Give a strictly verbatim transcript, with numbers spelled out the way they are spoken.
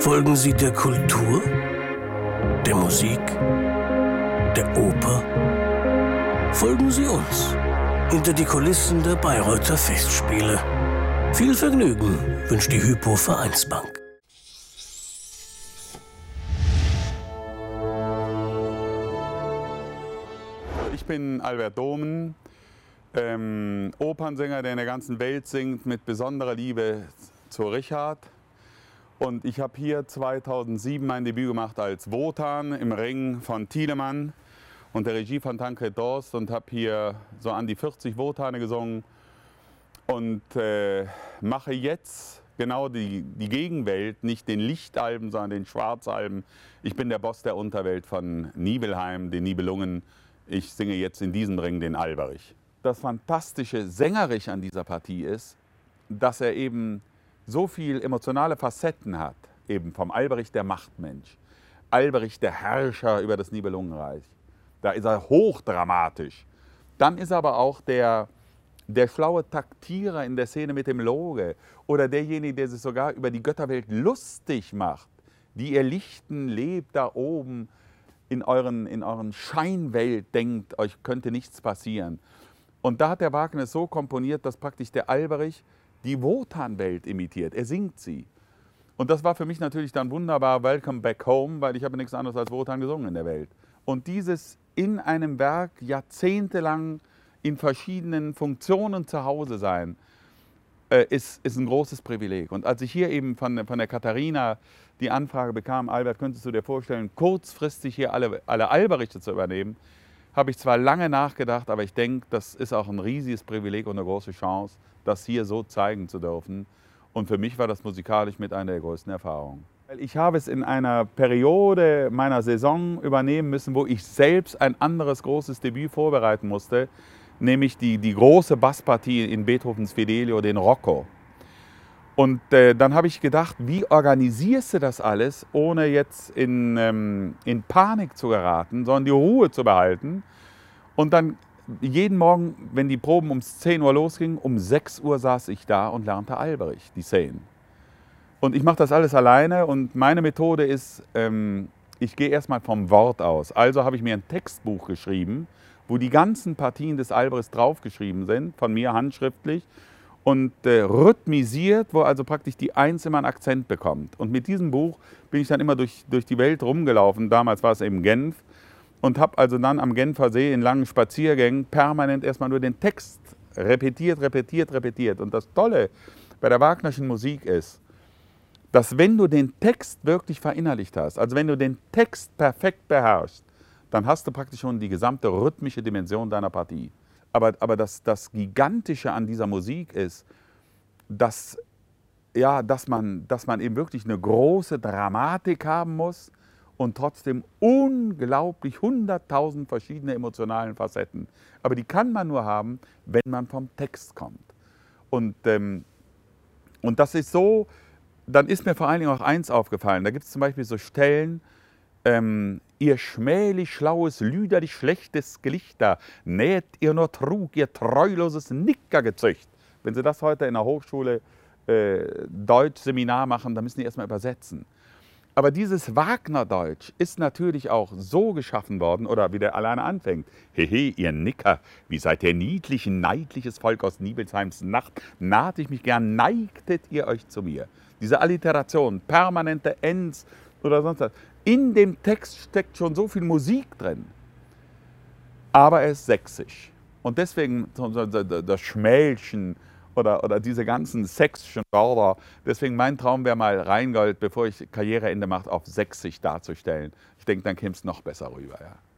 Folgen Sie der Kultur, der Musik, der Oper? Folgen Sie uns hinter die Kulissen der Bayreuther Festspiele. Viel Vergnügen wünscht die Hypo Vereinsbank. Ich bin Albert Domen, ähm, Opernsänger, der in der ganzen Welt singt, mit besonderer Liebe zu Richard. Und ich habe hier zweitausendsieben mein Debüt gemacht als Wotan im Ring von Thielemann und der Regie von Tancred Dorst und habe hier so an die vierzig Wotane gesungen und äh, mache jetzt genau die, die Gegenwelt, nicht den Lichtalben, sondern den Schwarzalben. Ich bin der Boss der Unterwelt von Nibelheim, den Nibelungen. Ich singe jetzt in diesem Ring den Alberich. Das Fantastische sängerisch an dieser Partie ist, dass er eben so viel emotionale Facetten hat, eben vom Alberich der Machtmensch, Alberich der Herrscher über das Nibelungenreich. Da ist er hochdramatisch. Dann ist er aber auch der, der schlaue Taktierer in der Szene mit dem Loge oder derjenige, der sich sogar über die Götterwelt lustig macht, die ihr Lichten lebt da oben in euren, in euren Scheinwelt, denkt, euch könnte nichts passieren. Und da hat der Wagner es so komponiert, dass praktisch der Alberich die Wotan-Welt imitiert. Er singt sie. Und das war für mich natürlich dann wunderbar, Welcome Back Home, weil ich habe nichts anderes als Wotan gesungen in der Welt. Und dieses in einem Werk jahrzehntelang in verschiedenen Funktionen zu Hause sein, äh, ist, ist ein großes Privileg. Und als ich hier eben von, von der Katharina die Anfrage bekam, Albert, könntest du dir vorstellen, kurzfristig hier alle, alle Alberichte zu übernehmen, habe ich zwar lange nachgedacht, aber ich denke, das ist auch ein riesiges Privileg und eine große Chance, das hier so zeigen zu dürfen. Und für mich war das musikalisch mit einer der größten Erfahrungen. Ich habe es in einer Periode meiner Saison übernehmen müssen, wo ich selbst ein anderes großes Debüt vorbereiten musste, nämlich die, die große Basspartie in Beethovens Fidelio, den Rocco. Und äh, dann habe ich gedacht, wie organisierst du das alles, ohne jetzt in, ähm, in Panik zu geraten, sondern die Ruhe zu behalten. Und dann jeden Morgen, wenn die Proben um zehn Uhr losgingen, um sechs Uhr saß ich da und lernte Alberich, die Szenen. Und ich mache das alles alleine und meine Methode ist, ähm, ich gehe erstmal vom Wort aus. Also habe ich mir ein Textbuch geschrieben, wo die ganzen Partien des Alberichs draufgeschrieben sind, von mir handschriftlich, und äh, rhythmisiert, wo also praktisch die Eins immer einen Akzent bekommt. Und mit diesem Buch bin ich dann immer durch, durch die Welt rumgelaufen, damals war es eben Genf, und habe also dann am Genfer See in langen Spaziergängen permanent erstmal nur den Text repetiert, repetiert, repetiert. Und das Tolle bei der Wagnerschen Musik ist, dass wenn du den Text wirklich verinnerlicht hast, also wenn du den Text perfekt beherrschst, dann hast du praktisch schon die gesamte rhythmische Dimension deiner Partie. Aber, aber das, das Gigantische an dieser Musik ist, dass, ja, dass, man, dass man eben wirklich eine große Dramatik haben muss und trotzdem unglaublich hunderttausend verschiedene emotionalen Facetten. Aber die kann man nur haben, wenn man vom Text kommt. Und, ähm, und das ist so, dann ist mir vor allen Dingen auch eins aufgefallen. Da gibt es zum Beispiel so Stellen, ähm, ihr schmählich schlaues, lüderlich schlechtes Gelichter, näht ihr nur Trug, ihr treuloses Nickergezücht. Wenn Sie das heute in der Hochschule äh, Deutsch-Seminar machen, dann müssen die erstmal übersetzen. Aber dieses Wagner-Deutsch ist natürlich auch so geschaffen worden, oder wie der alleine anfängt. Hehe, ihr Nicker, wie seid ihr niedlich, neidliches Volk aus Nibelsheims Nacht, nahte ich mich gern, neigtet ihr euch zu mir. Diese Alliteration, permanente Ends oder sonst was. In dem Text steckt schon so viel Musik drin, aber er ist sächsisch. Und deswegen das Schmälchen oder, oder diese ganzen sächsischen Wörter, deswegen mein Traum wäre mal Rheingold, bevor ich Karriereende mache, auf sächsisch darzustellen. Ich denke, dann käme es noch besser rüber. Ja.